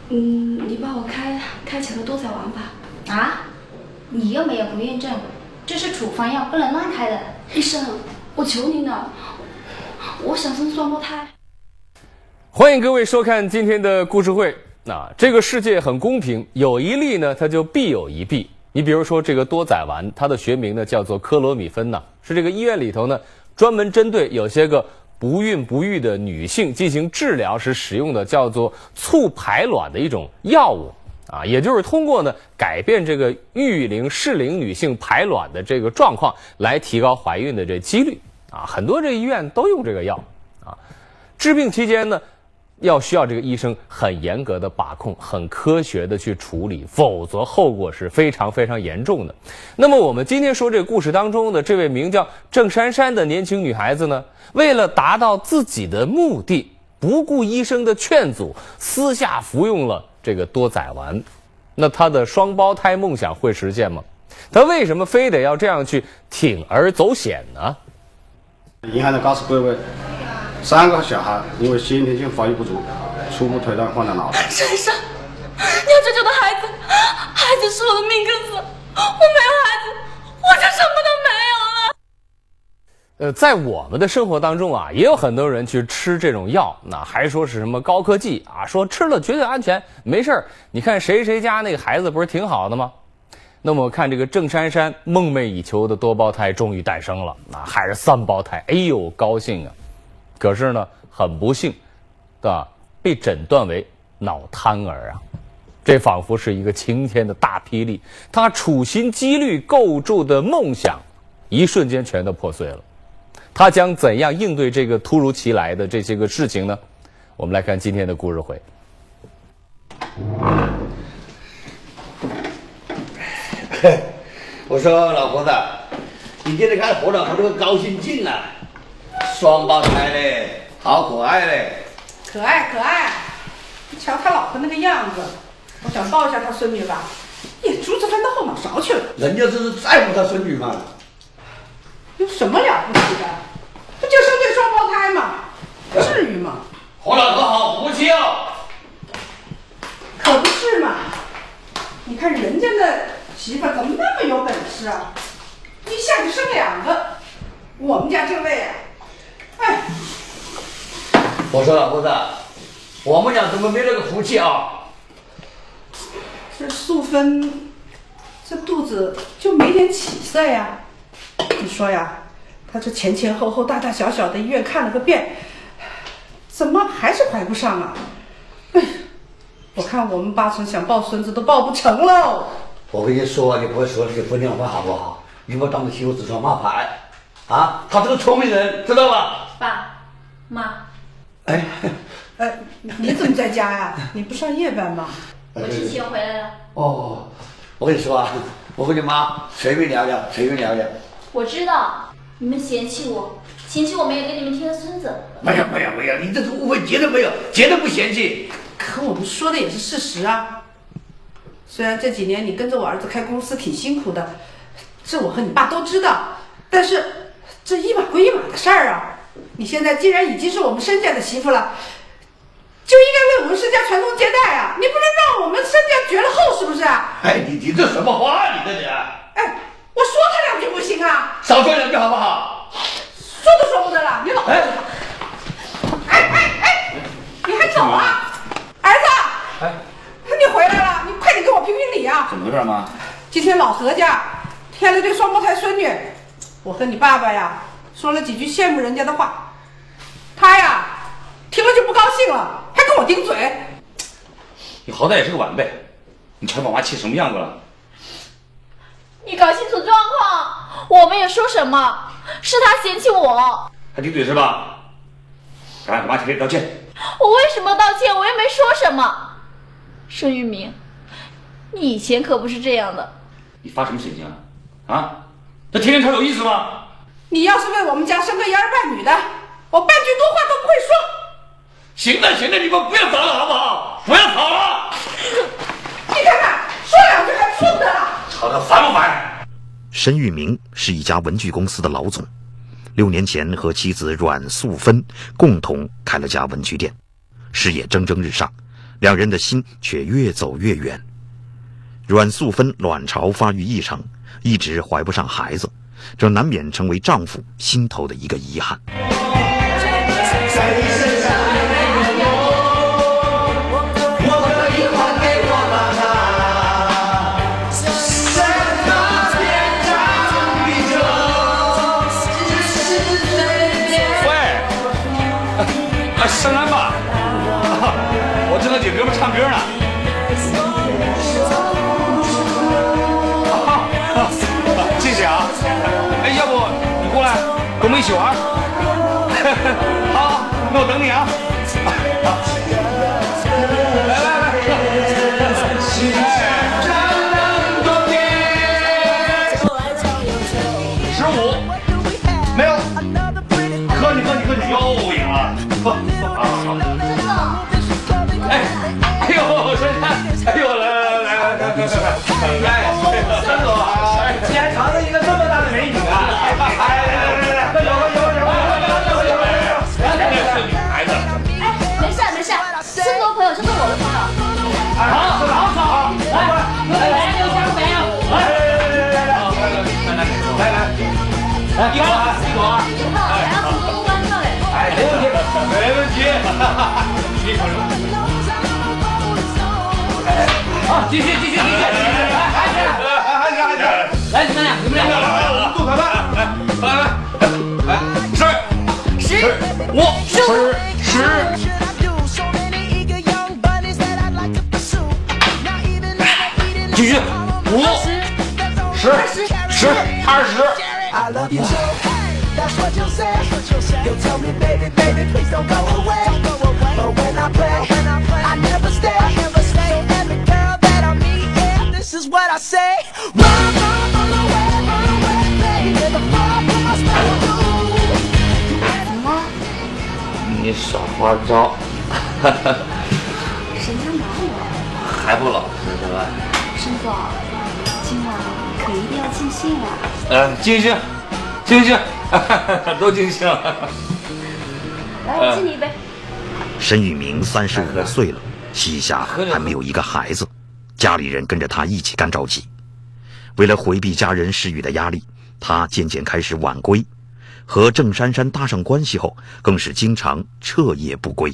你帮我开启了多载丸吧。 啊？你又没有不孕症，这是处方药，不能乱开的。 医生，我求您了，我想生双胞胎。 欢迎各位收看今天的故事会。这个世界很公平，有一利呢，它就必有一弊。你比如说这个多载丸，它的学名呢叫做科罗米芬呢，是这个医院里头呢专门针对有些个不孕不育的女性进行治疗时使用的，叫做促排卵的一种药物啊，也就是通过呢改变这个育龄适龄女性排卵的这个状况，来提高怀孕的这几率啊。很多这医院都用这个药啊，治病期间呢，需要这个医生很严格的把控，很科学的去处理，否则后果是非常非常严重的。那么我们今天说这个故事当中的这位名叫郑珊珊的年轻女孩子呢，为了达到自己的目的，不顾医生的劝阻，私下服用了这个多载丸。那她的双胞胎梦想会实现吗？她为什么非得要这样去铤而走险呢？ 银行的告诉各位，3个小孩因为先天性发育不足，初步推断患了脑癌。 珊珊，你要救救的孩子，孩子是我的命根子，我没有孩子，我就什么都没有了。 在我们的生活当中啊，也有很多人去吃这种药，那还说是什么高科技啊，说吃了绝对安全，没事儿。你看谁家那个孩子不是挺好的吗？那么我看这个郑珊珊梦寐以求的多胞胎终于诞生了，还是3胞胎，哎呦高兴啊！可是呢，很不幸的被诊断为脑瘫儿啊，这仿佛是一个晴天的大霹雳，他处心积虑构筑的梦想，一瞬间全都破碎了。他将怎样应对这个突如其来的这些个事情呢？我们来看今天的故事会。 我说老婆子，你今天看活了，这个高兴劲啊！双胞胎嘞，好可爱嘞！ 可爱可爱，你瞧他老婆那个样子，我想抱一下他孙女吧，眼珠子翻到后脑勺去了。 人家这是在乎他孙女嘛。 有什么了不起的？不就生对双胞胎吗？至于吗？ 活老头好福气哦！ 可不是嘛！你看人家那媳妇怎么那么有本事啊？一下就生2个，我们家这位啊，哎。 我说老婆子，我们俩怎么没那个福气啊？ 这素芬，这肚子就没点起色呀？你说呀，她这前后大大小小的医院看了个遍，怎么还是怀不上啊？哎，我看我们8成想抱孙子都抱不成喽。 我跟你说，你不会说这些风凉话好不好？你莫当着媳妇指桑骂槐啊！他是个聪明人，知道吧？ 爸妈， 哎， 你怎么在家呀？你不上夜班吗？ 我之前回来了。 哦，我跟你说啊，我跟你妈随便聊聊，随便聊聊。 我知道你们嫌弃我没有给你们添孙子。 没有，你这是误会，绝对没有，绝对不嫌弃。 可我们说的也是事实啊。虽然这几年你跟着我儿子开公司挺辛苦的，这我和你爸都知道，但是这一码归一码的事儿啊。你现在既然已经是我们申家的媳妇了，就应该为我们申家传宗接代啊！你不能让我们申家绝了后，是不是啊？ 哎，你这什么话？你这人！ 哎，我说他2句不行啊？ 少说2句好不好？ 说都说不得了，你老哎，你还走啊？儿子， 哎， 你回来了，你快点给我评评理啊！ 怎么回事妈？ 今天老何家添了对双胞胎孙女，我和你爸爸呀说了几句羡慕人家的话，他呀听了就不高兴了，还跟我顶嘴。 你好歹也是个晚辈，你瞧把妈气什么样子了？ 你搞清楚状况，我没有说什么，是他嫌弃我。 还顶嘴是吧？赶快给妈赔礼道歉。 我为什么道歉？我又没说什么。盛玉明，你以前可不是这样的。 你发什么神经啊？啊？这天天吵有意思吗？ 你要是为我们家生个1儿半女的，我半句多话都不会说。 行了，你们不要吵了好不好？不要吵了！ 你看看，说2句还说不得了， 吵得烦不烦？ 申玉明是一家文具公司的老总，6年前和妻子阮素芬共同开了家文具店，事业蒸蒸日上， 两人的心却越走越远。阮素芬卵巢发育异常，一直怀不上孩子，这难免成为丈夫心头的一个遗憾。 上来吧，我正和几哥们唱歌呢。谢谢啊。哎，要不你过来跟我们一起玩？好，那我等你啊。来来来。15，没有。喝你又赢了。哎呦，哎呦，来，陈总，竟然藏着一个这么大的美女啊！来，喝酒，是女孩子。 哎，没事，是我朋友，就是我的朋友。好，来，有加没有？来，一口啊！ 还要从头关上嘞。 哎，没问题。好，继续，来，你们俩，我们做裁判，来，10，继续你少花招， 谁家哪有？ 还不老实是吧？ 申总，今晚可一定要尽兴啊！ 尽兴，都尽兴。 来，我敬你一杯。 申玉明35岁了，膝下还没有一个孩子，家里人跟着他一起干着急。为了回避家人施予的压力，他渐渐开始晚归，和郑珊珊搭上关系后，更是经常彻夜不归。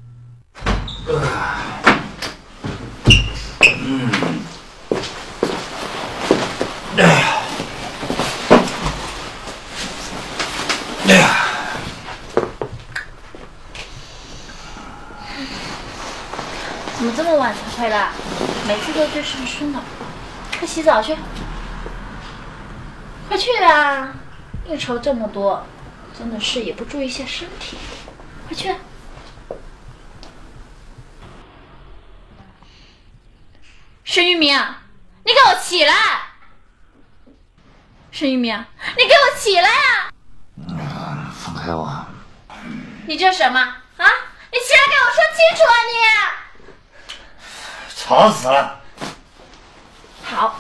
怎么这么晚才回来？每次都醉醺醺的。快洗澡去，快去啊！应酬这么多，真的是也不注意一下身体。快去！申玉明，你给我起来！申玉明，你给我起来啊！ 放开我！ 你这什么啊？你起来给我说清楚啊你！ 吵死了！ 好，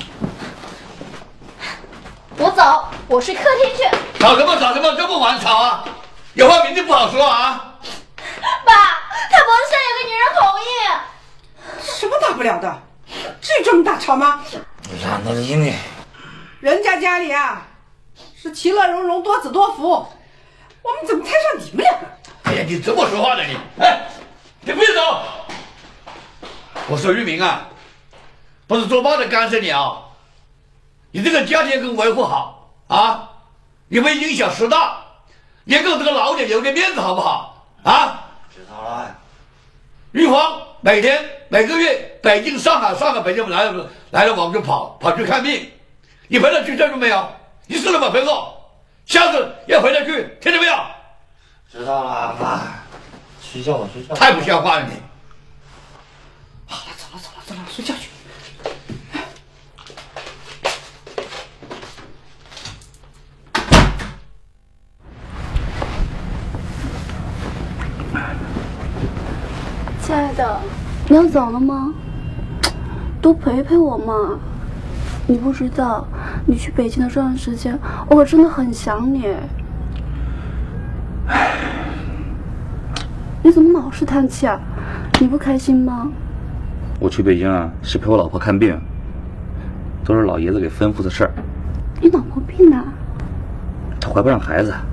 我走，我睡客厅去。 吵什么？这么晚吵啊？有话明天不好说啊！ 爸，他脖子上有个女人红印。 什么大不了的？至于这么大吵吗？ 懒得理你。 人家家里啊，是其乐融融，多子多福，我们怎么摊上你们两个？ 哎呀，你怎么说话的你？哎，你别走！我说玉明啊，不是做梦的干涉你啊！你这个家庭更维护好啊！你别影响师大，你给我这个老姐留点面子好不好？啊！ 知道了。 玉皇每天每个月北京、上海、北京来了往这跑去看病，你陪他去这个没有？你死了吗，陪我？下次要陪他去，听见没有？ 知道了，爸。睡觉吧，睡觉。 太不像话了你！ 好了，走了，睡觉去。 亲爱的，你要走了吗？多陪陪我嘛！你不知道，你去北京的这段时间，我可真的很想你。你怎么老是叹气啊？ 你不开心吗？ 我去北京啊，是陪我老婆看病，都是老爷子给吩咐的事儿。 你老婆病了？ 她怀不上孩子。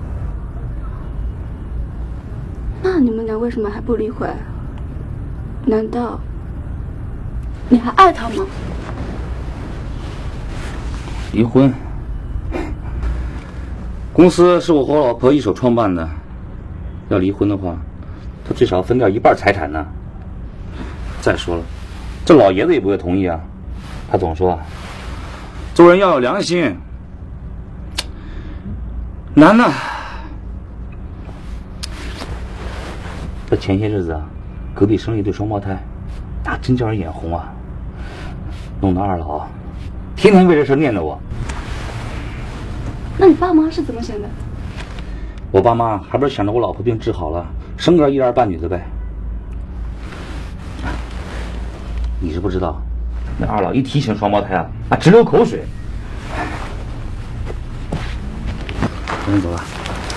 那你们俩为什么还不离婚？难道你还爱他吗？ 离婚？公司是我和我老婆一手创办的，要离婚的话，他最少分掉一半财产呢。再说了，这老爷子也不会同意啊，他总说做人要有良心，难呐。这前些日子啊，隔壁生了一对双胞胎，那真叫人眼红啊，弄得二老天天为这事念叨我。 那你爸妈是怎么想的？ 我爸妈还不是想着我老婆病治好了，生个一儿半女的呗。你是不知道，那二老一提醒双胞胎啊，直流口水。赶紧走吧。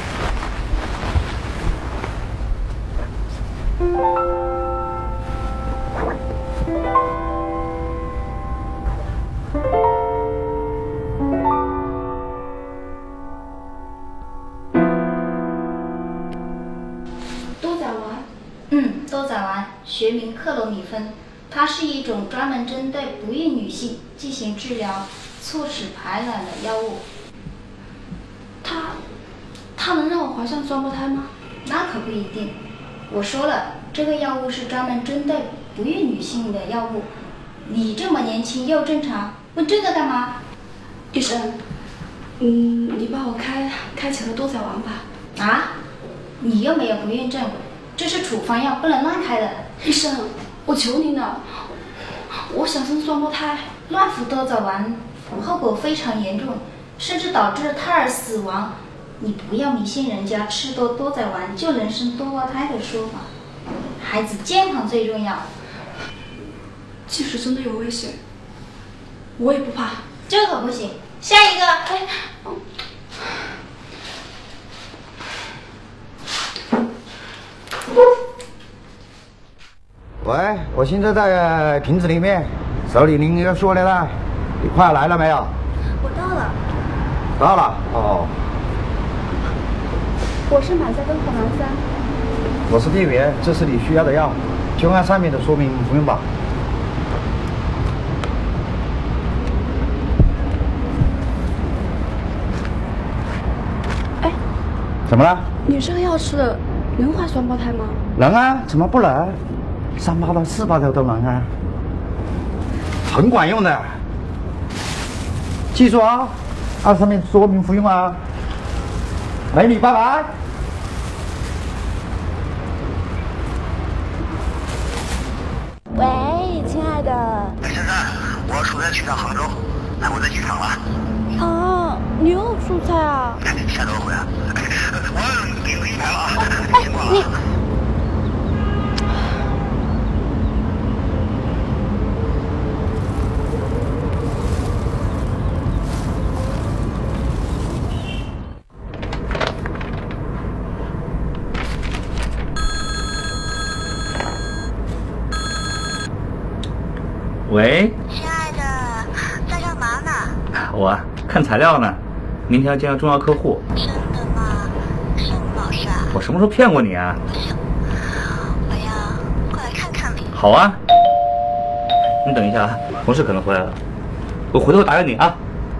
多仔丸学名克罗米芬，它是一种专门针对不孕女性进行治疗、促使排卵的药物。 它能让我怀上双胞胎吗？ 那可不一定。我说了，这个药物是专门针对不孕女性的药物。你这么年轻又正常，问这个干嘛？ 医生，你帮我开启了多仔丸吧。 啊？你又没有不孕症。这是处方药，不能乱开的。 医生，我求您了，我想生双胞胎。 乱服多仔丸，后果非常严重，甚至导致胎儿死亡。你不要迷信人家吃多仔丸就能生多胞胎的说法。孩子健康最重要。 即使真的有危险，我也不怕。 这可不行。下一个。 喂，我现在在亭子里面，手里您要说的了，你快来了没有？ 我到了。 到了哦。 我是马家墩口南山。 我是店员，这是你需要的药，就按上面的说明服用吧。 哎， 怎么了？ 你这个药吃了能怀双胞胎吗？ 能啊，怎么不能？3胞胎、4胞胎都能啊，很管用的。记住啊，按上面说明服用啊。美女，拜拜。 喂，亲爱的。 哎，珊珊，我要出差去趟杭州，我在机场了。 啊，你又出差啊？ 下周回来。我订飞机牌了啊，先挂了。 你。 喂， 亲爱的，在干嘛呢？ 我看材料呢，明天要见个重要客户。 真的吗？什么事啊？ 我什么时候骗过你啊？ 我要过来看看你。 好啊，你等一下啊，同事可能回来了，我回头打给你啊。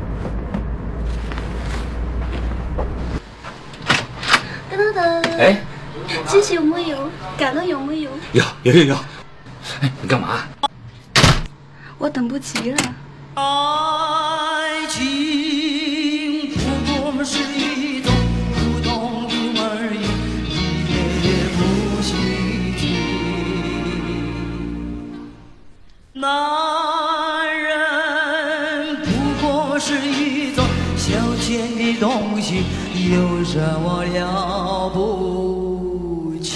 噔噔噔。 哎， 惊喜有没有？感动有没有？ 有。哎，你干嘛？ 我等不及了。 爱情不过是一种普通的玩意，一点也不稀奇。男人不过是一种消遣的东西，有什么了不起？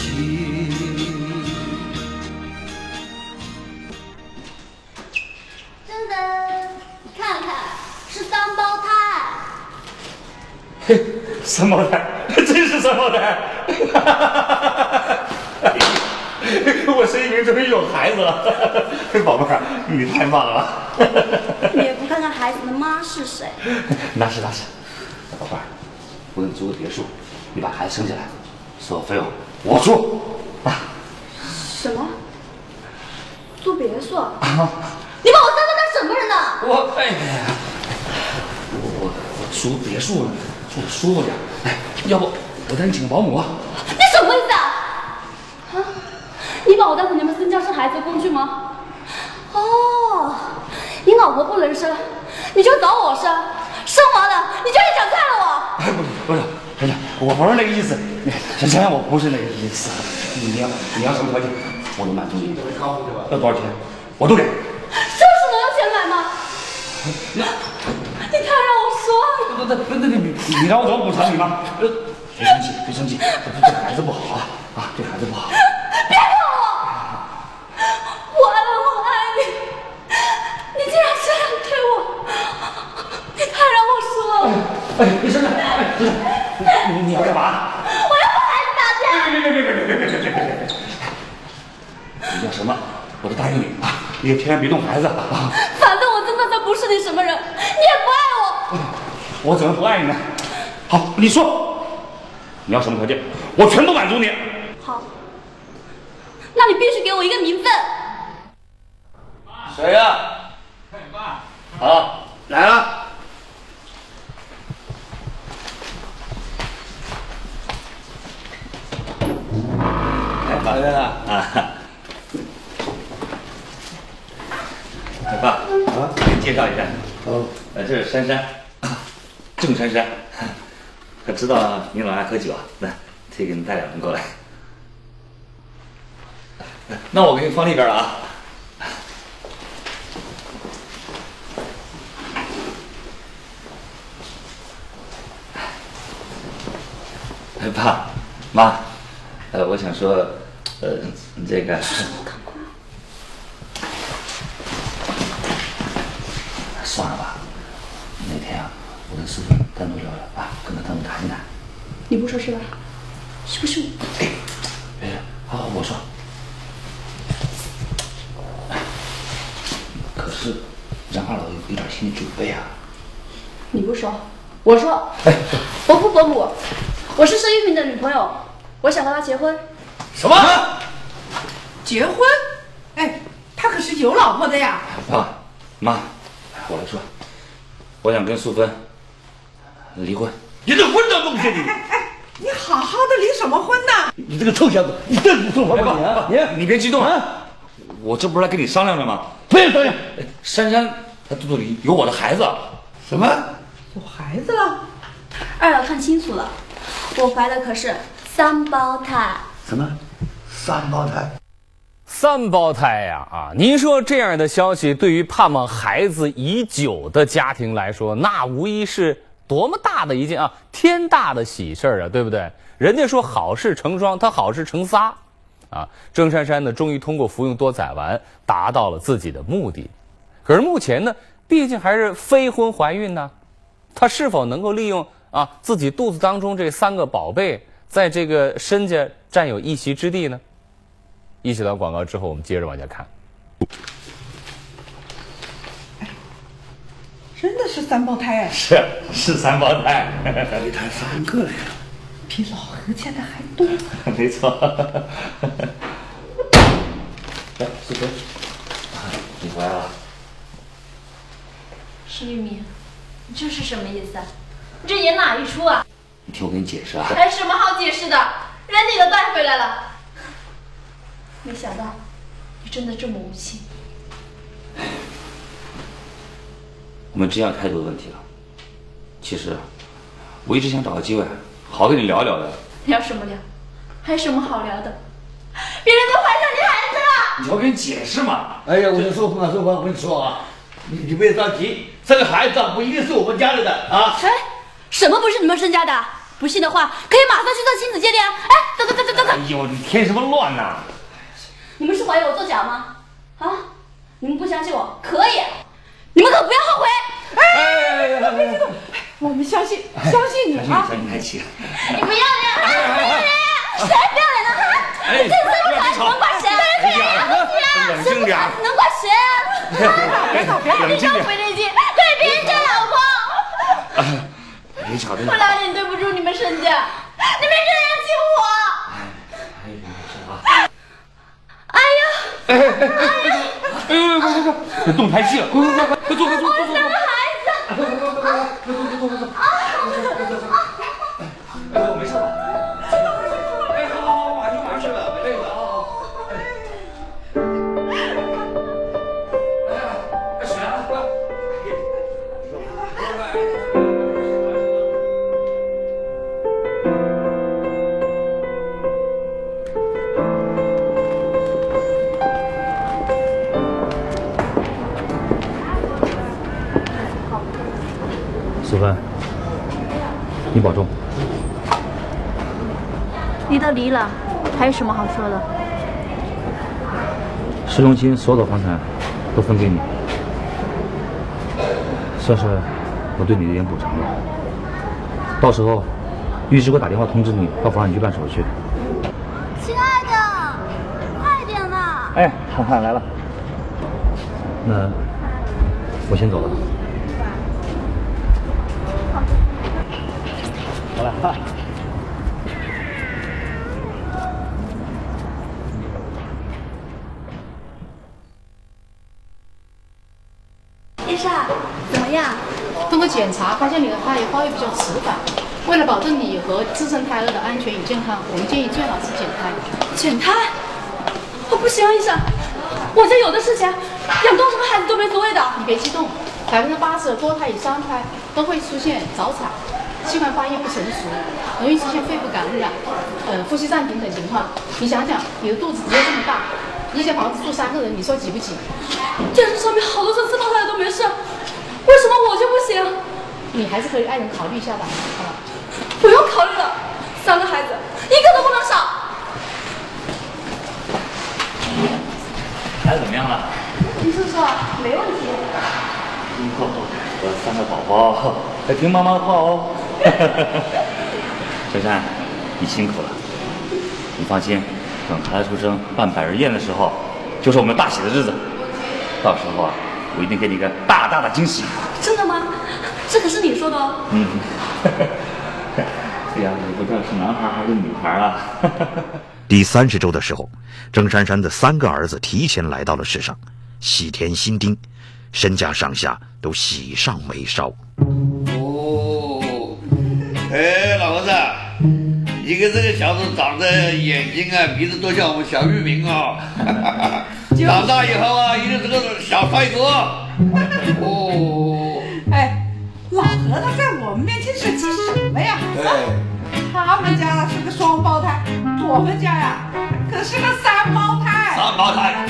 嘿，三胞胎，真是三胞胎！ 我申一鸣终于有孩子了，宝贝儿，你太棒了。 你也不看看孩子的妈是谁？ 那是，宝贝儿，我给你租个别墅，你把孩子生下来，所有费用我出。 什么？租别墅？你把我当成什么人呢？ 我租别墅呢，住的舒服点。哎，要不我带你请个保姆啊？ 你什么意思啊？你把我当成你们孙家生孩子的工具吗？哦，你老婆不能生，你就找我生，生完了你就来抢菜了我。 哎，不是，珊珊，我不是那个意思，珊珊，我不是那个意思。你要什么条件，我都满足你。要多少钱，我都给。 这是能用钱买吗？你太让我说。 你让我怎么补偿你吗？别生气，对孩子不好啊，对孩子不好。 别碰我！我爱你，你竟然这样对我，你太让我说了。 哎，你珊珊，你要干嘛？ 我要把孩子打架。 别！你要什么，我都答应你啊！你千万别动孩子啊！ 反正我真的不是你什么人，你也不爱我。 我怎么不爱你呢？好，你说，你要什么条件，我全部满足你。 好，那你必须给我一个名分。 谁呀？好，来了。来了啊！老爸啊，给你介绍一下。哦，这是珊珊，郑珊珊。可知道你老爱喝酒啊？来，特意给你带2瓶过来。那我给你放那边了啊。爸妈，我想说，这个。算了吧，那天啊，我跟师傅单独聊聊啊，跟他单独谈一谈。 你不说是吧？是不是我？ 哎，别，好，我说。可是，让二老有点心理准备啊。 你不说，我说。我不保姆，我是申玉明的女朋友，我想和他结婚。 什么？ 结婚？哎，他可是有老婆的呀。 爸妈。我来说，我想跟素芬离婚。你这混账东西！ 你好好的离什么婚呢？ 你这个臭小子，你这不说话吗？你别激动啊！我这不是来跟你商量的吗？不要商量。珊珊她肚子里有我的孩子。什么？ 有孩子了？ 二老看清楚了，我怀的可是3胞胎。 什么？3胞胎 ？3胞胎呀！您说这样的消息对于盼望孩子已久的家庭来说，那无疑是多么大的一件天大的喜事啊，对不对？人家说好事成双，他好事成仨啊！郑珊珊呢，终于通过服用多载丸达到了自己的目的。可是目前呢，毕竟还是非婚怀孕呢，她是否能够利用自己肚子当中这3个宝贝，在这个申家占有一席之地呢？一起到广告之后，我们接着往下看。 真的是3胞胎哎！ 是3胞胎， 一胎3个了呀， 比老何家的还多。 没错。来，素芬，你回来了。 申玉明，你这是什么意思？你这演哪一出啊？ 你听我给你解释啊。 还有什么好解释的？人你都带回来了。没想到你真的这么无情。 我们之间有太多的问题了。其实我一直想找个机会好跟你聊一聊的。 聊什么聊？还有什么好聊的？别人都怀上你孩子了。 你要跟你解释嘛。 哎呀，我说素芬啊，素芬，我跟你说啊，你不要着急，这个孩子不一定是我们家里的啊。 哎，什么不是你们申家的？不信的话，可以马上去做亲子鉴定。哎，等。 哎呦，你添什么乱呐？ 你们是怀疑我作假吗？你们不相信我，可以，你们可不要后悔。 哎，我们相信你啊！ 相信太奇了。 你不要脸！谁不要脸呢？你这次不管什么管谁？ 重点。 能怪谁啊？你上回那句对别人家老婆。 没吵的。 我哪点对不住你们沈家？你们这样欺负我！哎呀！ 哎呦，快，动台戏了，快，坐。 我生个孩子。 哎，我没事吧？哎，好，马上去了，没累着啊。哎，水啊，快！淑芬，你保重。 离都离了，还有什么好说的？ 市中心所有的房产都分给你，算是我对你的一点补偿了。到时候，律师会打电话通知你到房产局办手续。 亲爱的，快点嘛！ 哎，好，来了。那我先走了。好了哈。 丽莎，怎么样？ 通过检查发现你的胎儿发育比较迟缓，为了保证你和自身胎儿的安全与健康，我们建议最好是减胎。 减胎？我不行，医生，我这有的是钱，养多少个孩子都没所谓的。 你别激动，80%的多胎与3胎都会出现早产、器官发育不成熟，容易出现肺部感染、呼吸暂停等情况。你想想，你的肚子只有这么大，一间房子住3个人，你说挤不挤？ 电视上面好多次自跑下来都没事，为什么我就不行？ 你还是和爱人考虑一下吧，好吧？ 不用考虑了，3个孩子，一个都不能少。 孩子怎么样了？ 医生说没问题。 我3个宝宝，还听妈妈的话哦。珊珊，你辛苦了。你放心，等孩子出生办百日宴的时候，就是我们大喜的日子。到时候啊，我一定给你一个大大的惊喜。 真的吗？这可是你说的哦。 哎呀，我不知道是男孩还是女孩啊。 第30周的时候，郑珊珊的3个儿子提前来到了世上，喜甜新丁，身家上下都喜上眉梢。 哦，哎，老婆子，你看这个小子长得眼睛啊、鼻子都像我们小玉明啊，长大以后啊，一定是个小帅哥。哦， 哎，老何他在我们面前是急什么呀？他们家是个双胞胎，我们家呀可是个3胞胎。 3胞胎。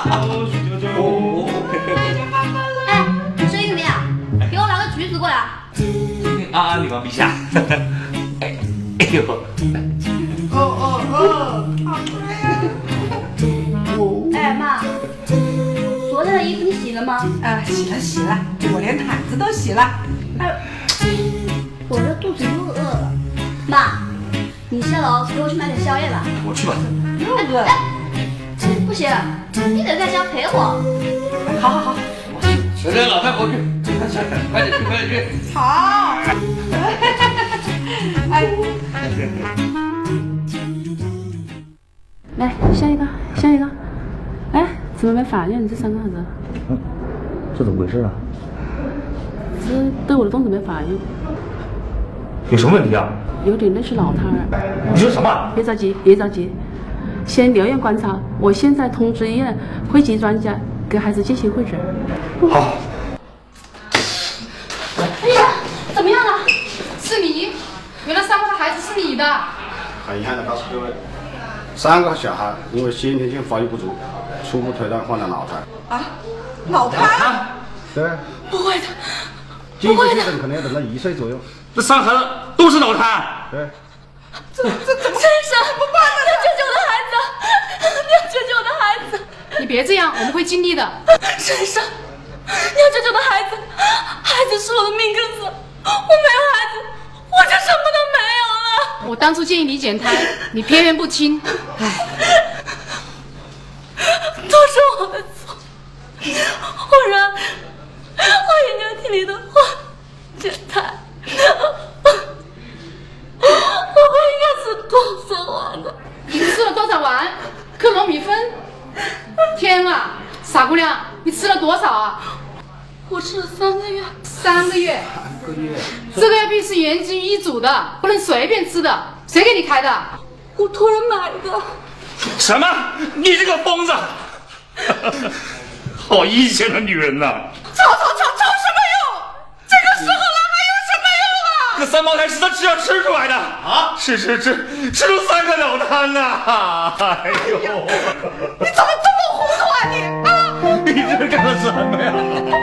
哎，生玉明啊，给我拿个橘子过来。 啊，礼貌陛下。哎呦。 好乖。 哎妈，昨天的衣服你洗了吗？ 洗了，我连毯子都洗了。 哎，我这肚子又饿了。妈，你下楼给我去买点宵夜吧。 我去吧。 不行，你得在家陪我。 好， 现在老太婆去，快点去。 好。哎， 来，下一个。哎，怎么没发现你这3个孩子？ 这怎么回事啊？ 这对我的动作没反应。 有什么问题啊？ 有点类似老胎儿。 你说什么？ 别着急，先留院观察。我现在通知医院会籍专家给孩子进行会诊。 好。 哎呀，怎么样了？ 是你，原来3个孩子是你的。 很遗憾的告诉各位，3个小孩因为先天性发育不足，初步推断患了脑胎。 啊，脑胎？ 对。 不会的。 精子确诊可能要等到1岁左右。 这3孩子都是脑瘫。 对。 这怎么？ 先生，不办了！你要救救我的孩子！你要救救我的孩子！ 你别这样，我们会尽力的。 先生，你要救救我的孩子！孩子是我的命根子，我没有孩子，我就什么都没有了。 我当初建议你减胎，你偏偏不听。唉， 都是我的错。 然我已经替你的话检台，我不应该吃多少丸的。 你吃了多少丸克罗米芬？天啊，傻姑娘，你吃了多少啊？ 我吃了3个月。 3个月？这个药必是严禁医嘱的，不能随便吃的。谁给你开的？ 我托人买的。 什么？你这个疯子！好阴险的女人呐！ 吵什么用？这个时候了还有什么用啊？ 这3胞胎是他吃药吃出来的啊！吃出3个脑瘫呐！哎呦！ 你怎么这么糊涂啊你啊！ 你这干了什么呀？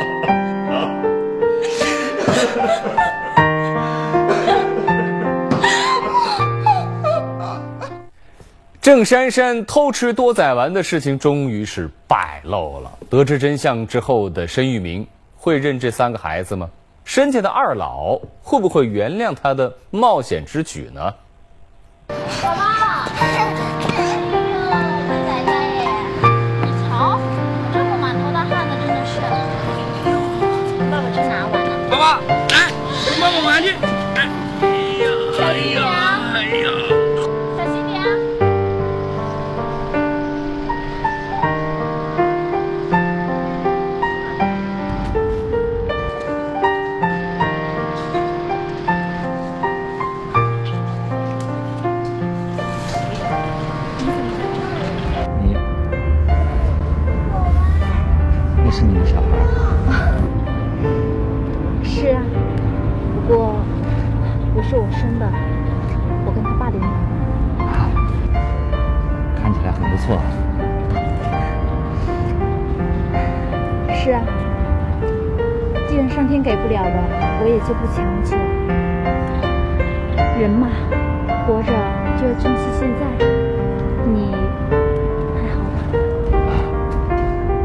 郑珊珊偷吃多仔丸的事情终于是败露了。得知真相之后的申玉明会认这3个孩子吗？申家的二老会不会原谅他的冒险之举呢？ 宝宝，哎呦，文仔仔耶！你瞧，这么满头大汗的，真的是。爸爸去拿碗呢。 爸爸，来，跟妈妈玩去。 小心点啊！小心点啊！ 那是你的小孩？ 是啊，不过不是我生的，我跟他爸领养的。 看起来很不错。 是啊，既然上天给不了的，我也就不强求。人嘛，活着就要珍惜现在。你还好吧？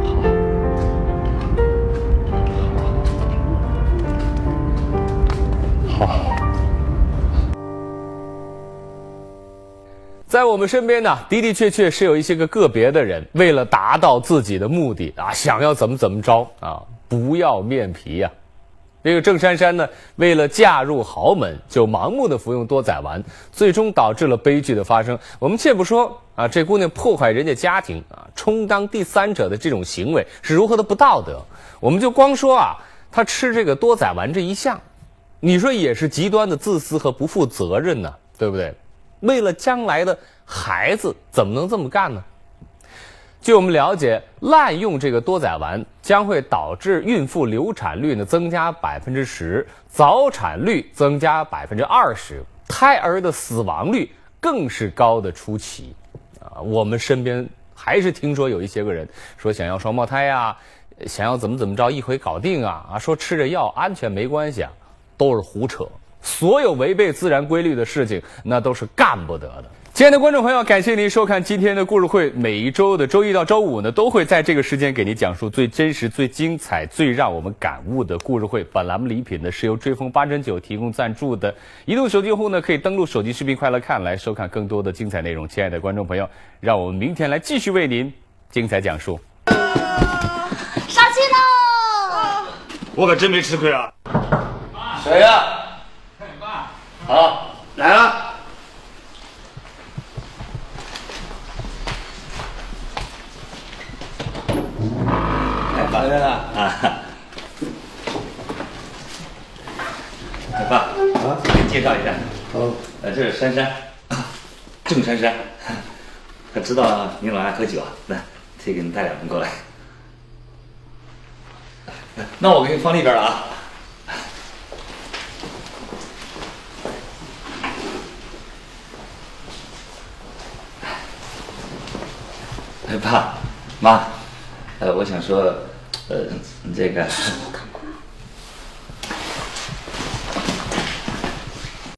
好。 在我们身边呢，的确是有一些个别的人，为了达到自己的目的啊，想要怎么着啊，不要面皮呀。这个郑珊珊呢，为了嫁入豪门，就盲目的服用多仔丸，最终导致了悲剧的发生。我们且不说啊，这姑娘破坏人家家庭啊，充当第三者的这种行为是如何的不道德，我们就光说啊，她吃这个多仔丸这一项，你说也是极端的自私和不负责任呢，对不对？为了将来的孩子，怎么能这么干呢？据我们了解，滥用这个多仔丸将会导致孕妇流产率呢增加10%，早产率增加20%，胎儿的死亡率更是高的出奇。啊，我们身边还是听说有一些个人说想要双胞胎呀，想要怎么着一回搞定啊，说吃着药安全没关系啊，都是胡扯。所有违背自然规律的事情，那都是干不得的。亲爱的观众朋友，感谢您收看今天的故事会。每一周的周一到周五呢，都会在这个时间给您讲述最真实、最精彩、最让我们感悟的故事会。本栏目礼品呢是由追风8.9提供赞助的。移动手机用户呢可以登录手机视频快乐看来收看更多的精彩内容。亲爱的观众朋友，让我们明天来继续为您精彩讲述。 杀气呢？ 我可真没吃亏啊！ 谁呀？好，来了。 爸来了啊！爸啊，给你介绍一下，这是珊珊，郑珊珊，他知道您老爱喝酒啊，来，特意给你带2瓶过来。那我给你放里边了啊。爸妈，我想说，这个